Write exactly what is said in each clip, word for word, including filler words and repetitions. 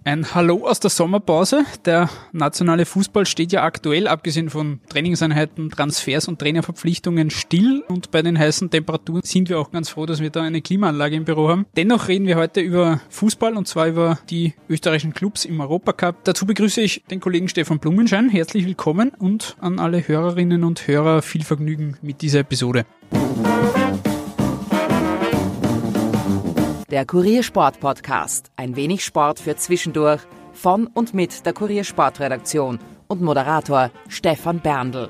Ein Hallo aus der Sommerpause. Der nationale Fußball steht ja aktuell, abgesehen von Trainingseinheiten, Transfers und Trainerverpflichtungen, still. Und bei den heißen Temperaturen sind wir auch ganz froh, dass wir da eine Klimaanlage im Büro haben. Dennoch reden wir heute über Fußball und zwar über die österreichischen Clubs im Europacup. Dazu begrüße ich den Kollegen Stefan Blumenschein. Herzlich willkommen und an alle Hörerinnen und Hörer viel Vergnügen mit dieser Episode. Der Kuriersport-Podcast. Ein wenig Sport für zwischendurch. Von und mit der Kuriersport-Redaktion und Moderator Stefan Berndl.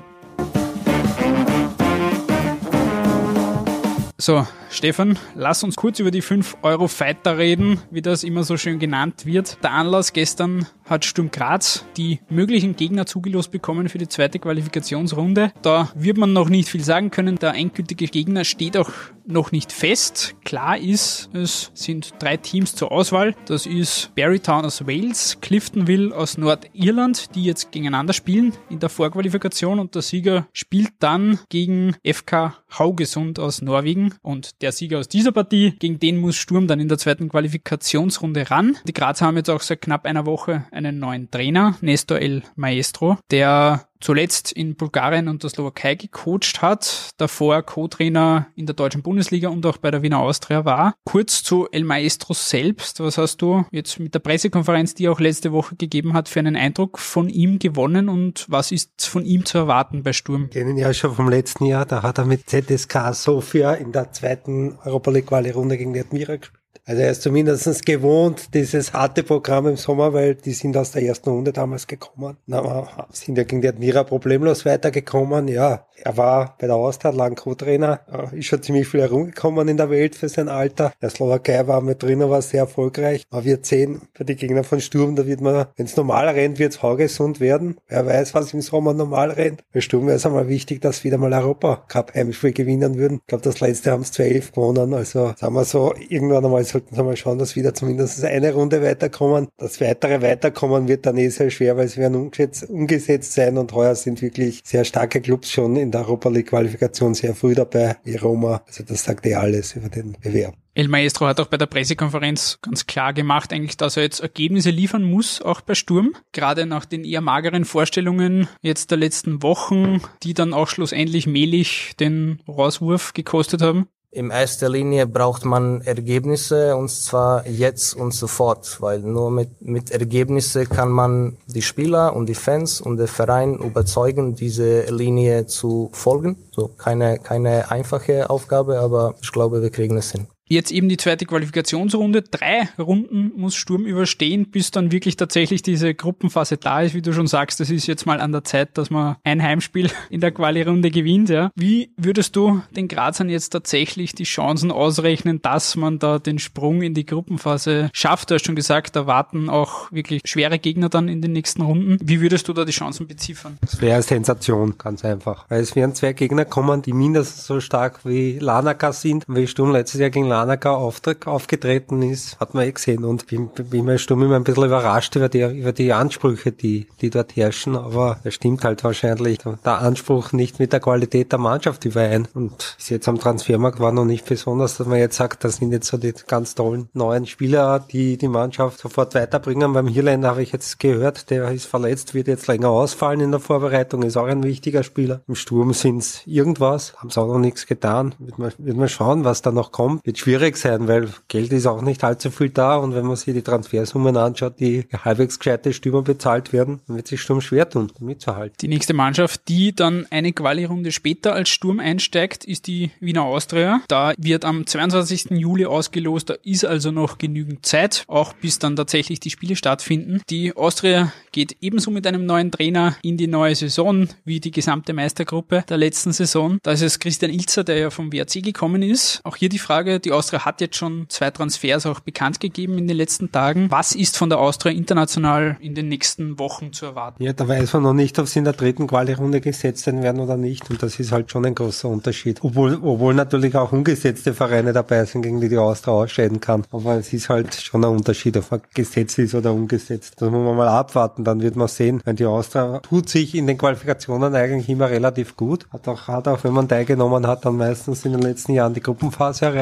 So, Stefan, lass uns kurz über die fünf Euro Fighter reden, wie das immer so schön genannt wird. Der Anlass: gestern hat Sturm Graz die möglichen Gegner zugelost bekommen für die zweite Qualifikationsrunde. Da wird man noch nicht viel sagen können. Der endgültige Gegner steht auch noch nicht fest. Klar ist, es sind drei Teams zur Auswahl. Das ist Barrytown aus Wales, Cliftonville aus Nordirland, die jetzt gegeneinander spielen in der Vorqualifikation, und der Sieger spielt dann gegen F K Haugesund aus Norwegen, und der Sieger aus dieser Partie, gegen den muss Sturm dann in der zweiten Qualifikationsrunde ran. Die Grazer haben jetzt auch seit knapp einer Woche einen neuen Trainer, Nestor El Maestro, der zuletzt in Bulgarien und der Slowakei gecoacht hat, davor Co-Trainer in der deutschen Bundesliga und auch bei der Wiener Austria war. Kurz zu El Maestro selbst: Was hast du jetzt mit der Pressekonferenz, die er auch letzte Woche gegeben hat, für einen Eindruck von ihm gewonnen, und was ist von ihm zu erwarten bei Sturm? Ich kenne ihn ja schon vom letzten Jahr, da hat er mit Z S K Sofia in der zweiten Europa League Quali-Runde gegen die Admira gespielt. Also er ist zumindest gewohnt, dieses harte Programm im Sommer, weil die sind aus der ersten Runde damals gekommen. Na, sind ja gegen die Admira problemlos weitergekommen. Ja, er war bei der Austria lang Co-Trainer, ist schon ziemlich viel herumgekommen in der Welt für sein Alter. Der Slowakei war mit drin, war sehr erfolgreich. Aber wir sehen, für die Gegner von Sturm, da wird man, wenn es normal rennt, wird es Haugesund werden. Wer weiß, was im Sommer normal rennt. Für Sturm wäre es einmal wichtig, dass wieder mal Europacup-Heimspiel gewinnen würden. Ich glaube, das letzte haben es zwei elf gewonnen. Also sagen wir so, irgendwann einmal sollten wir mal schauen, dass wieder zumindest eine Runde weiterkommen. Das weitere Weiterkommen wird dann eh sehr schwer, weil sie werden umgesetzt, umgesetzt sein, und heuer sind wirklich sehr starke Clubs schon in der Europa League Qualifikation sehr früh dabei, wie Roma. Also das sagt eh alles über den Bewerb. El Maestro hat auch bei der Pressekonferenz ganz klar gemacht, eigentlich, dass er jetzt Ergebnisse liefern muss, auch bei Sturm. Gerade nach den eher mageren Vorstellungen jetzt der letzten Wochen, die dann auch schlussendlich mehlig den Rauswurf gekostet haben. In erster Linie braucht man Ergebnisse, und zwar jetzt und sofort, weil nur mit, mit Ergebnisse kann man die Spieler und die Fans und den Verein überzeugen, diese Linie zu folgen. So, keine, keine einfache Aufgabe, aber ich glaube, wir kriegen es hin. Jetzt eben die zweite Qualifikationsrunde. Drei Runden muss Sturm überstehen, bis dann wirklich tatsächlich diese Gruppenphase da ist. Wie du schon sagst, das ist jetzt mal an der Zeit, dass man ein Heimspiel in der Quali-Runde gewinnt. Ja. Wie würdest du den Grazern jetzt tatsächlich die Chancen ausrechnen, dass man da den Sprung in die Gruppenphase schafft? Du hast schon gesagt, da warten auch wirklich schwere Gegner dann in den nächsten Runden. Wie würdest du da die Chancen beziffern? Das wäre eine Sensation, ganz einfach. Weil es werden zwei Gegner kommen, die mindestens so stark wie Larnaca sind, wie Sturm letztes Jahr gegen Larnaca aufgetreten ist, hat man eh gesehen, und bin, bin bei Sturm immer ein bisschen überrascht über die, über die Ansprüche, die, die dort herrschen, aber es stimmt halt wahrscheinlich der Anspruch nicht mit der Qualität der Mannschaft überein, und bis jetzt am Transfermarkt war noch nicht besonders, dass man jetzt sagt, das sind jetzt so die ganz tollen neuen Spieler, die die Mannschaft sofort weiterbringen. Beim Hirländer habe ich jetzt gehört, der ist verletzt, wird jetzt länger ausfallen in der Vorbereitung, ist auch ein wichtiger Spieler. Im Sturm sind es irgendwas, haben es auch noch nichts getan, wird man, wird man schauen, was da noch kommt. Wird schwierig sein, weil Geld ist auch nicht allzu viel da, und wenn man sich die Transfersummen anschaut, die halbwegs gescheite Stürmer bezahlt werden, dann wird sich Sturm schwer tun, mitzuhalten. Die nächste Mannschaft, die dann eine Quali-Runde später als Sturm einsteigt, ist die Wiener Austria. Da wird am zweiundzwanzigsten Juli ausgelost, da ist also noch genügend Zeit, auch bis dann tatsächlich die Spiele stattfinden. Die Austria geht ebenso mit einem neuen Trainer in die neue Saison, wie die gesamte Meistergruppe der letzten Saison. Da ist es Christian Ilzer, der ja vom W R C gekommen ist. Auch hier die Frage, die Austria hat jetzt schon zwei Transfers auch bekannt gegeben in den letzten Tagen. Was ist von der Austria international in den nächsten Wochen zu erwarten? Ja, da weiß man noch nicht, ob sie in der dritten Quali-Runde gesetzt sein werden oder nicht, und das ist halt schon ein großer Unterschied. Obwohl, obwohl natürlich auch ungesetzte Vereine dabei sind, gegen die die Austria ausscheiden kann. Aber es ist halt schon ein Unterschied, ob er gesetzt ist oder ungesetzt. Das muss man mal abwarten, dann wird man sehen. Weil die Austria tut sich in den Qualifikationen eigentlich immer relativ gut. Hat auch, hat auch, wenn man teilgenommen hat, dann meistens in den letzten Jahren die Gruppenphase erreicht. Da hat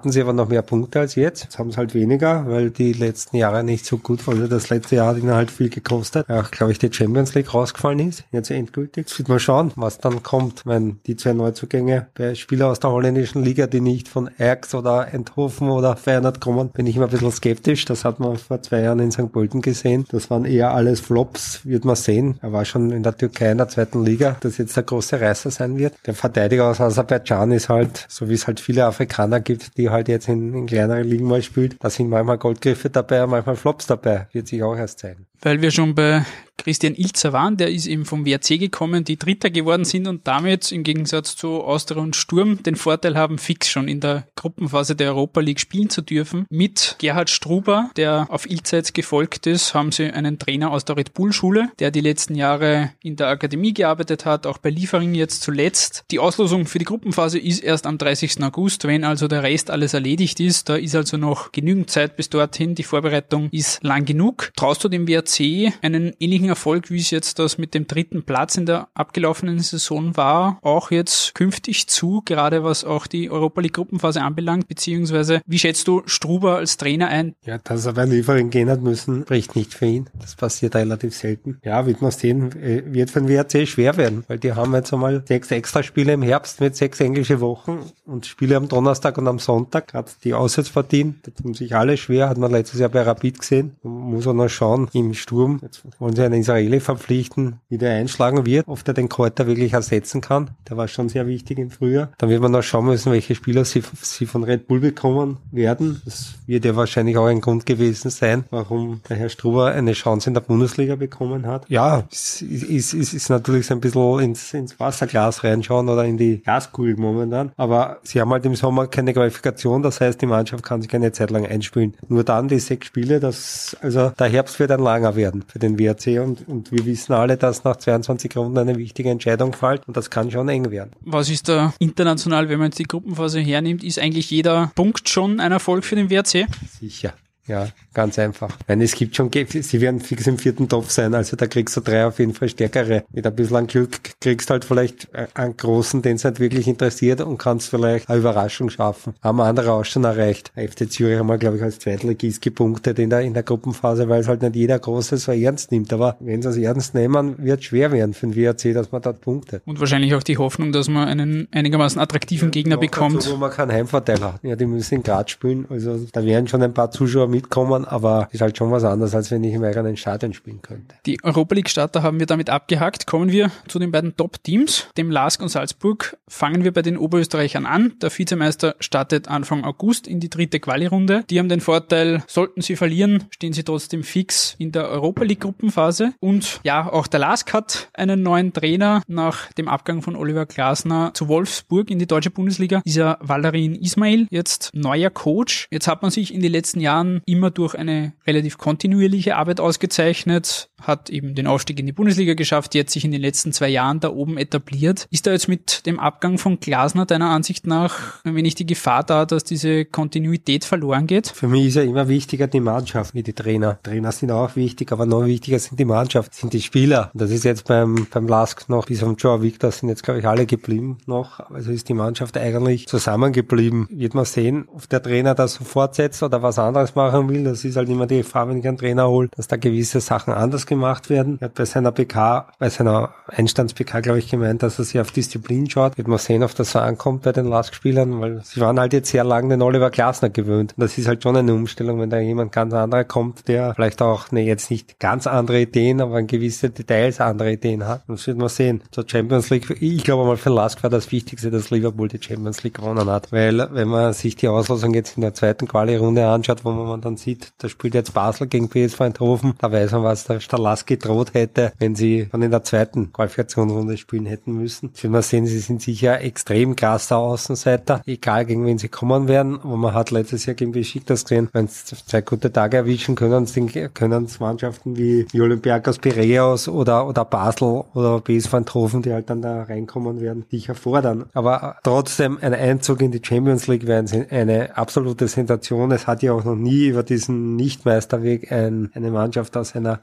hatten sie aber noch mehr Punkte als jetzt. Jetzt haben sie halt weniger, weil die letzten Jahre nicht so gut waren. Das letzte Jahr hat ihnen halt viel gekostet. Auch, glaube ich, die Champions League rausgefallen ist. Jetzt endgültig. Jetzt wird man schauen, was dann kommt. Ich meine, die zwei Neuzugänge bei Spielern aus der holländischen Liga, die nicht von Ajax oder Eindhoven oder Feyenoord kommen, bin ich immer ein bisschen skeptisch. Das hat man vor zwei Jahren in Sankt Pölten gesehen. Das waren eher alles Flops, wird man sehen. Er war schon in der Türkei in der zweiten Liga, dass jetzt der große Reißer sein wird. Der Verteidiger aus Aserbaidschan ist halt, so wie es halt viele Afrikaner gibt, die halt jetzt in, in kleineren Ligen mal spielt. Da sind manchmal Goldgriffe dabei, manchmal Flops dabei. Wird sich auch erst zeigen. Weil wir schon bei Christian Ilzer waren, der ist eben vom W R C gekommen, die Dritter geworden sind und damit im Gegensatz zu Austria und Sturm den Vorteil haben, fix schon in der Gruppenphase der Europa League spielen zu dürfen. Mit Gerhard Struber, der auf Ilzer jetzt gefolgt ist, haben sie einen Trainer aus der Red Bull Schule, der die letzten Jahre in der Akademie gearbeitet hat, auch bei Liefering jetzt zuletzt. Die Auslosung für die Gruppenphase ist erst am dreißigsten August, wenn also der Rest alles erledigt ist. Da ist also noch genügend Zeit bis dorthin. Die Vorbereitung ist lang genug. Traust du dem W R C einen ähnlichen Erfolg, wie es jetzt das mit dem dritten Platz in der abgelaufenen Saison war, auch jetzt künftig zu, gerade was auch die Europa League Gruppenphase anbelangt, beziehungsweise wie schätzt du Struber als Trainer ein? Ja, dass er bei Liefering gehen hat müssen, spricht nicht für ihn. Das passiert relativ selten. Ja, wird man sehen, wird für den W R C schwer werden, weil die haben jetzt einmal sechs Extraspiele im Herbst mit sechs englische Wochen und Spiele am Donnerstag und am Sonntag. Gerade die Auswärtspartien, da tun sich alle schwer, hat man letztes Jahr bei Rapid gesehen. Man muss auch noch schauen, im Sturm, jetzt wollen sie einen Israeli verpflichten, wie der einschlagen wird, ob der den Kräuter wirklich ersetzen kann. Der war schon sehr wichtig im Frühjahr. Dann wird man noch schauen müssen, welche Spieler sie, sie von Red Bull bekommen werden. Das wird ja wahrscheinlich auch ein Grund gewesen sein, warum der Herr Struber eine Chance in der Bundesliga bekommen hat. Ja, es ist, ist, ist natürlich so ein bisschen ins, ins Wasserglas reinschauen oder in die Glaskugel momentan. Aber sie haben halt im Sommer keine Qualifikation, das heißt, die Mannschaft kann sich keine Zeit lang einspielen. Nur dann die sechs Spiele, das, also der Herbst wird ein langer werden für den W R C und, und wir wissen alle, dass nach zweiundzwanzig Runden eine wichtige Entscheidung fällt und das kann schon eng werden. Was ist da international, wenn man jetzt die Gruppenphase hernimmt, ist eigentlich jeder Punkt schon ein Erfolg für den W R C? Sicher. Ja, ganz einfach. Ich meine, es gibt schon, sie werden fix im vierten Topf sein, also da kriegst du drei auf jeden Fall stärkere. Mit ein bisschen Glück kriegst du halt vielleicht einen großen, den es halt wirklich interessiert und kannst vielleicht eine Überraschung schaffen. Haben andere auch schon erreicht. F C Zürich haben wir, glaube ich, als Zweitligist gepunktet in der, in der Gruppenphase, weil es halt nicht jeder Große so ernst nimmt. Aber wenn sie es ernst nehmen, wird es schwer werden für den W R C, dass man dort punktet. Und wahrscheinlich auch die Hoffnung, dass man einen einigermaßen attraktiven Gegner ja, bekommt. Dazu, wo man keinen Heimvorteil hat. Ja, die müssen in Graz spielen, also da werden schon ein paar Zuschauer mitkommen, aber ist halt schon was anderes, als wenn ich im eigenen Stadion spielen könnte. Die Europa League Starter haben wir damit abgehakt. Kommen wir zu den beiden Top-Teams, dem LASK und Salzburg. Fangen wir bei den Oberösterreichern an. Der Vizemeister startet Anfang August in die dritte Quali-Runde. Die haben den Vorteil, sollten sie verlieren, stehen sie trotzdem fix in der Europa League Gruppenphase. Und ja, auch der LASK hat einen neuen Trainer. Nach dem Abgang von Oliver Glasner zu Wolfsburg in die deutsche Bundesliga ist ja Valerin Ismail jetzt neuer Coach. Jetzt hat man sich in den letzten Jahren immer durch eine relativ kontinuierliche Arbeit ausgezeichnet, hat eben den Aufstieg in die Bundesliga geschafft, jetzt sich in den letzten zwei Jahren da oben etabliert. Ist da jetzt mit dem Abgang von Glasner deiner Ansicht nach ein wenig die Gefahr da, dass diese Kontinuität verloren geht? Für mich ist ja immer wichtiger die Mannschaft wie die Trainer. Trainer sind auch wichtig, aber noch wichtiger sind die Mannschaft, sind die Spieler. Und das ist jetzt beim beim LASK noch, bis auf Joao Victor sind jetzt, glaube ich, alle geblieben noch. Also ist die Mannschaft eigentlich zusammengeblieben. Wird man sehen, ob der Trainer das so fortsetzt oder was anderes machen will. Das ist halt immer die Gefahr, wenn ich einen Trainer hole, dass da gewisse Sachen anders gemacht werden. Er hat bei seiner P K, bei seiner Einstands-P K, glaube ich, gemeint, dass er sich auf Disziplin schaut. Wird man sehen, ob das so ankommt bei den LASK-Spielern, weil sie waren halt jetzt sehr lange den Oliver Glasner gewöhnt. Und das ist halt schon eine Umstellung, wenn da jemand ganz anderer kommt, der vielleicht auch, ne, jetzt nicht ganz andere Ideen, aber in gewisse Details andere Ideen hat. Das wird man sehen. Zur Champions League, ich glaube mal für LASK war das Wichtigste, dass Liverpool die Champions League gewonnen hat. Weil, wenn man sich die Auslosung jetzt in der zweiten Quali-Runde anschaut, wo man dann sieht, da spielt jetzt Basel gegen P S V Eindhoven, da weiß man, was der LASK gedroht hätte, wenn sie dann in der zweiten Qualifikationsrunde spielen hätten müssen. Jetzt wird man sehen, sie sind sicher extrem krasser Außenseiter, egal gegen wen sie kommen werden, wo man hat letztes Jahr gegen Besiktas gesehen, wenn sie zwei gute Tage erwischen können, können es Mannschaften wie die Olympiakos Piraeus oder, oder Basel oder P S V Eindhoven, die halt dann da reinkommen werden, sicher fordern. Aber trotzdem ein Einzug in die Champions League wäre eine absolute Sensation. Es hat ja auch noch nie über diesen Nichtmeisterweg ein, eine Mannschaft aus einer kleineren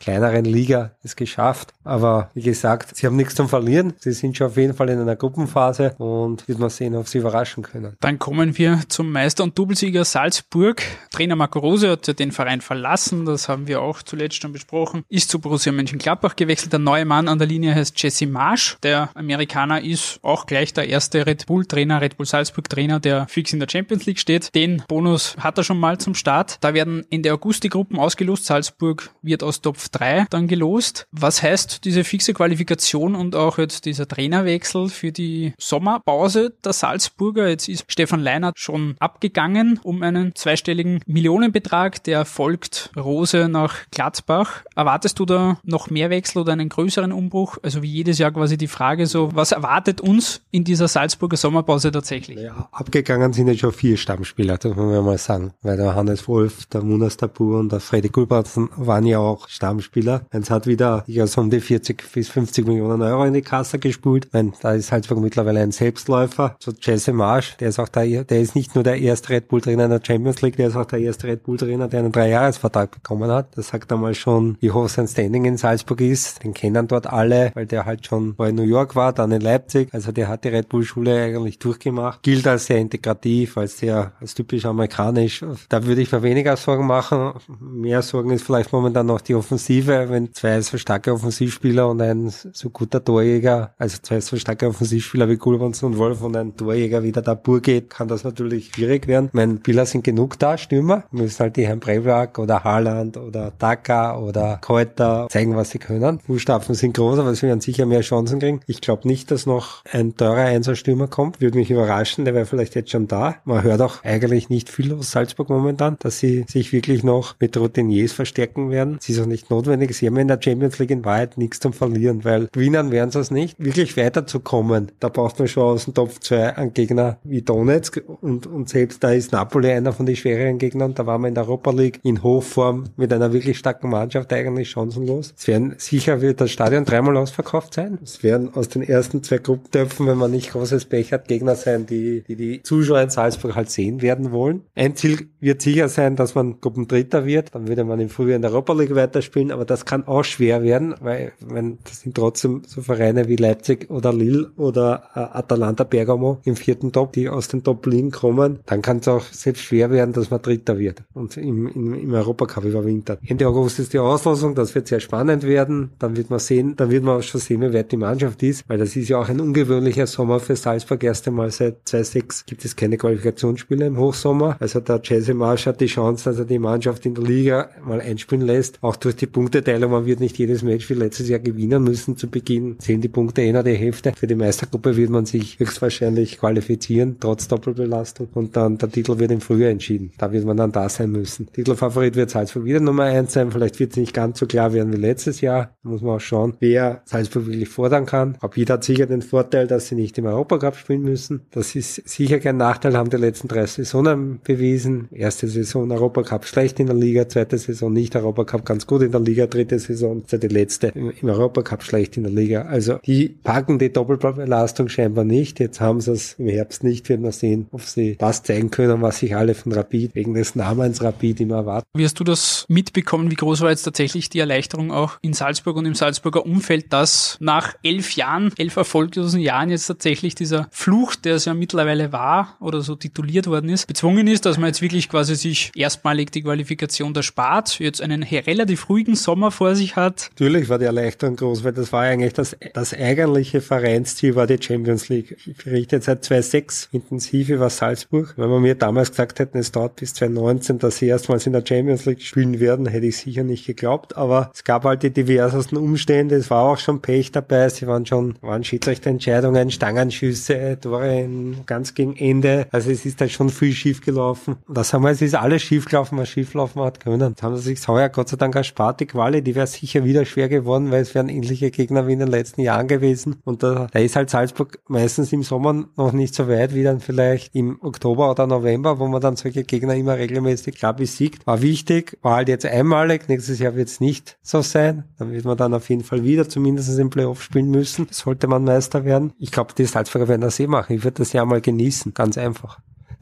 anderen Liga es geschafft. Aber wie gesagt, sie haben nichts zum Verlieren. Sie sind schon auf jeden Fall in einer Gruppenphase und wird man sehen, ob sie überraschen können. Dann kommen wir zum Meister und Doublesieger Salzburg. Trainer Marco Rose hat ja den Verein verlassen, das haben wir auch zuletzt schon besprochen, ist zu Borussia Mönchengladbach gewechselt. Der neue Mann an der Linie heißt Jesse Marsch. Der Amerikaner ist auch gleich der erste Red Bull-Trainer, Red Bull Salzburg-Trainer, der fix in der Champions League steht. Den Bonus hat er schon mal zum Start. Da werden Ende August die Gruppen ausgelost. Salzburg wird aus Top drei dann gelost. Was heißt diese fixe Qualifikation und auch jetzt dieser Trainerwechsel für die Sommerpause der Salzburger? Jetzt ist Stefan Leinert schon abgegangen um einen zweistelligen Millionenbetrag. Der folgt Rose nach Gladbach. Erwartest du da noch mehr Wechsel oder einen größeren Umbruch? Also wie jedes Jahr quasi die Frage so, was erwartet uns in dieser Salzburger Sommerpause tatsächlich? Ja, abgegangen sind jetzt schon vier Stammspieler, das muss man mal sagen. Weil der Hannes Wolf, der Munas Tabu und der Freddy Gulbrandsen waren ja auch Stammspieler. Eins hat wieder ja, so um die vierzig bis fünfzig Millionen Euro in die Kasse gespult. Meine, da ist Salzburg mittlerweile ein Selbstläufer. So Jesse Marsch, der ist auch der, der ist nicht nur der erste Red Bull Trainer in der Champions League, der ist auch der erste Red Bull Trainer, der einen Dreijahresvertrag bekommen hat. Das sagt einmal schon, wie hoch sein Standing in Salzburg ist. Den kennen dort alle, weil der halt schon bei New York war, dann in Leipzig. Also der hat die Red Bull Schule eigentlich durchgemacht. Gilt als sehr integrativ, als sehr, als typisch amerikanisch. Da würde ich mir weniger Sorgen machen. Mehr Sorgen ist vielleicht momentan noch die Offensive, wenn zwei so starke Offensivspieler und ein so guter Torjäger, also zwei so starke Offensivspieler wie Gulbrandsen und Wolf und ein Torjäger wieder da pur geht, kann das natürlich schwierig werden. Meine Spieler sind genug da, Stürmer. Müssen halt die Herrn Breivak oder Haaland oder Daka oder Keuter zeigen, was sie können. Fußstapfen sind groß, aber sie werden sicher mehr Chancen kriegen. Ich glaube nicht, dass noch ein teurer Einser-Stürmer kommt. Würde mich überraschen, der wäre vielleicht jetzt schon da. Man hört auch eigentlich nicht viel aus Salzburg momentan, dass sie sich wirklich noch mit Routiniers verstärken werden. Es ist auch nicht notwendig. Sie haben in der Champions League in Wahrheit nichts zum Verlieren, weil gewinnen werden sie es nicht. Wirklich weiterzukommen, da braucht man schon aus dem Top zwei einen Gegner wie Donetsk und, und selbst da ist Napoli einer von den schwereren Gegnern. Da waren wir in der Europa League in Hochform mit einer wirklich starken Mannschaft eigentlich chancenlos. Es werden sicher wird das Stadion dreimal ausverkauft sein. Es werden aus den ersten zwei Gruppentöpfen, wenn man nicht großes Pech hat, Gegner sein, die die, die Zuschauer in Salzburg halt sehen werden wollen. Ein Ziel wird sicher sein, dass man Gruppendritter wird. Dann würde man im Frühjahr in der Europa League weiterspielen, aber das kann auch schwer werden, weil wenn das sind trotzdem so Vereine wie Leipzig oder Lille oder äh, Atalanta Bergamo im vierten Top, die aus den Top-Ligen kommen, dann kann es auch selbst schwer werden, dass man Dritter wird und im, im, im Europacup überwintert. Ende August ist die Auslosung, das wird sehr spannend werden. Dann wird man sehen, dann wird man auch schon sehen, wie weit die Mannschaft ist, weil das ist ja auch ein ungewöhnlicher Sommer für Salzburg. Erst einmal seit zweitausendsechs gibt es keine Qualifikationsspiele im Hochsommer. Also der Jesse Marsch hat die Chance, dass er die Mannschaft in der Liga mal einspielen lässt. Auch durch die Punkteteilung, man wird nicht jedes Match wie letztes Jahr gewinnen müssen zu Beginn. Zählen die Punkte eh noch die Hälfte. Für die Meistergruppe wird man sich höchstwahrscheinlich qualifizieren, trotz Doppelbelastung. Und dann der Titel wird im Frühjahr entschieden. Da wird man dann da sein müssen. Titelfavorit wird Salzburg wieder Nummer eins sein. Vielleicht wird es nicht ganz so klar werden wie letztes Jahr. Da muss man auch schauen, wer Salzburg wirklich fordern kann. Rapid hat sicher den Vorteil, dass sie nicht im Europacup spielen müssen. Das ist sicher kein Nachteil, haben die letzten drei Saisonen bewiesen. Erste Saison Europacup schlecht in der Liga, zweite Saison nicht Europacup ganz gut in der Liga, dritte Saison die letzte im, im Europacup schlecht in der Liga. Also die packen die Doppelbelastung scheinbar nicht. Jetzt haben sie es im Herbst nicht. Werden wir sehen, ob sie das zeigen können, was sich alle von Rapid wegen des Namens Rapid immer erwarten. Wie hast du das mitbekommen? Wie groß war jetzt tatsächlich die Erleichterung auch in Salzburg und im Salzburger Umfeld, dass nach elf Jahren, elf erfolglosen Jahren jetzt tatsächlich dieser Fluch, der es ja mittlerweile war oder so tituliert worden ist, bezwungen ist, dass man jetzt wirklich quasi sich erstmalig die Qualifikation da spart, jetzt einen relativ ruhigen Sommer vor sich hat? Natürlich war die Erleichterung groß, weil das war eigentlich das, das eigentliche Vereinsziel war die Champions League. Ich berichte jetzt seit zweitausendsechs intensiv über Salzburg. Wenn man mir damals gesagt hätte, es dauert bis zweitausendneunzehn, dass sie erstmals in der Champions League spielen werden, hätte ich sicher nicht geglaubt, aber es gab halt die diversesten Umstände, es war auch schon Pech dabei, sie waren schon, waren Schiedsrichterentscheidungen, Stangenschüsse, Tore in, ganz gegen Ende, also es ist halt schon viel schief gelaufen. Das haben wir, es ist alles schief gelaufen, was schief laufen hat können. Jetzt haben sie sich heuer Gott sei Dank erspart, die Quali, die wäre sicher wieder schwer geworden, weil es wären ähnliche Gegner wie in den letzten Jahren gewesen und da, da ist halt Salzburg meistens im Sommer noch nicht so weit wie dann vielleicht im Oktober oder November, wo man dann solche Gegner immer regelmäßig klar besiegt. War wichtig, war halt jetzt einmalig, nächstes Jahr wird es nicht so sein, dann wird man dann auf jeden Fall wieder zumindest im Playoff spielen müssen, sollte man Meister werden. Ich glaube, die Salzburger werden das eh machen, ich würde das Jahr mal genießen, ganz einfach.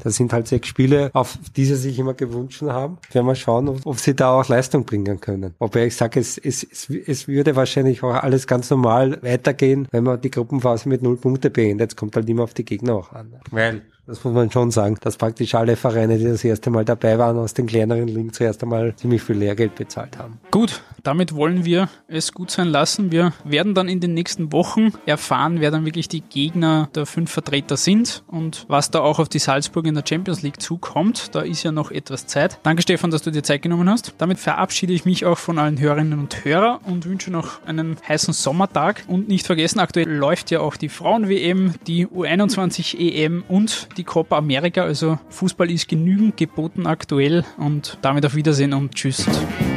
Das sind halt sechs Spiele, auf die sie sich immer gewünscht haben. Werden wir schauen, ob, ob sie da auch Leistung bringen können. Wobei ich sage, es, es, es, es würde wahrscheinlich auch alles ganz normal weitergehen, wenn man die Gruppenphase mit null Punkte beendet. Jetzt kommt halt immer auf die Gegner auch an. Weil, das muss man schon sagen, dass praktisch alle Vereine, die das erste Mal dabei waren, aus den kleineren Ligen zuerst einmal ziemlich viel Lehrgeld bezahlt haben. Gut, damit wollen wir es gut sein lassen. Wir werden dann in den nächsten Wochen erfahren, wer dann wirklich die Gegner der fünf Vertreter sind und was da auch auf die Salzburg in der Champions League zukommt. Da ist ja noch etwas Zeit. Danke, Stefan, dass du dir Zeit genommen hast. Damit verabschiede ich mich auch von allen Hörerinnen und Hörern und wünsche noch einen heißen Sommertag. Und nicht vergessen, aktuell läuft ja auch die Frauen-W M, die U einundzwanzig E M und die Copa America. Also Fußball ist genügend geboten aktuell und damit auf Wiedersehen und tschüss.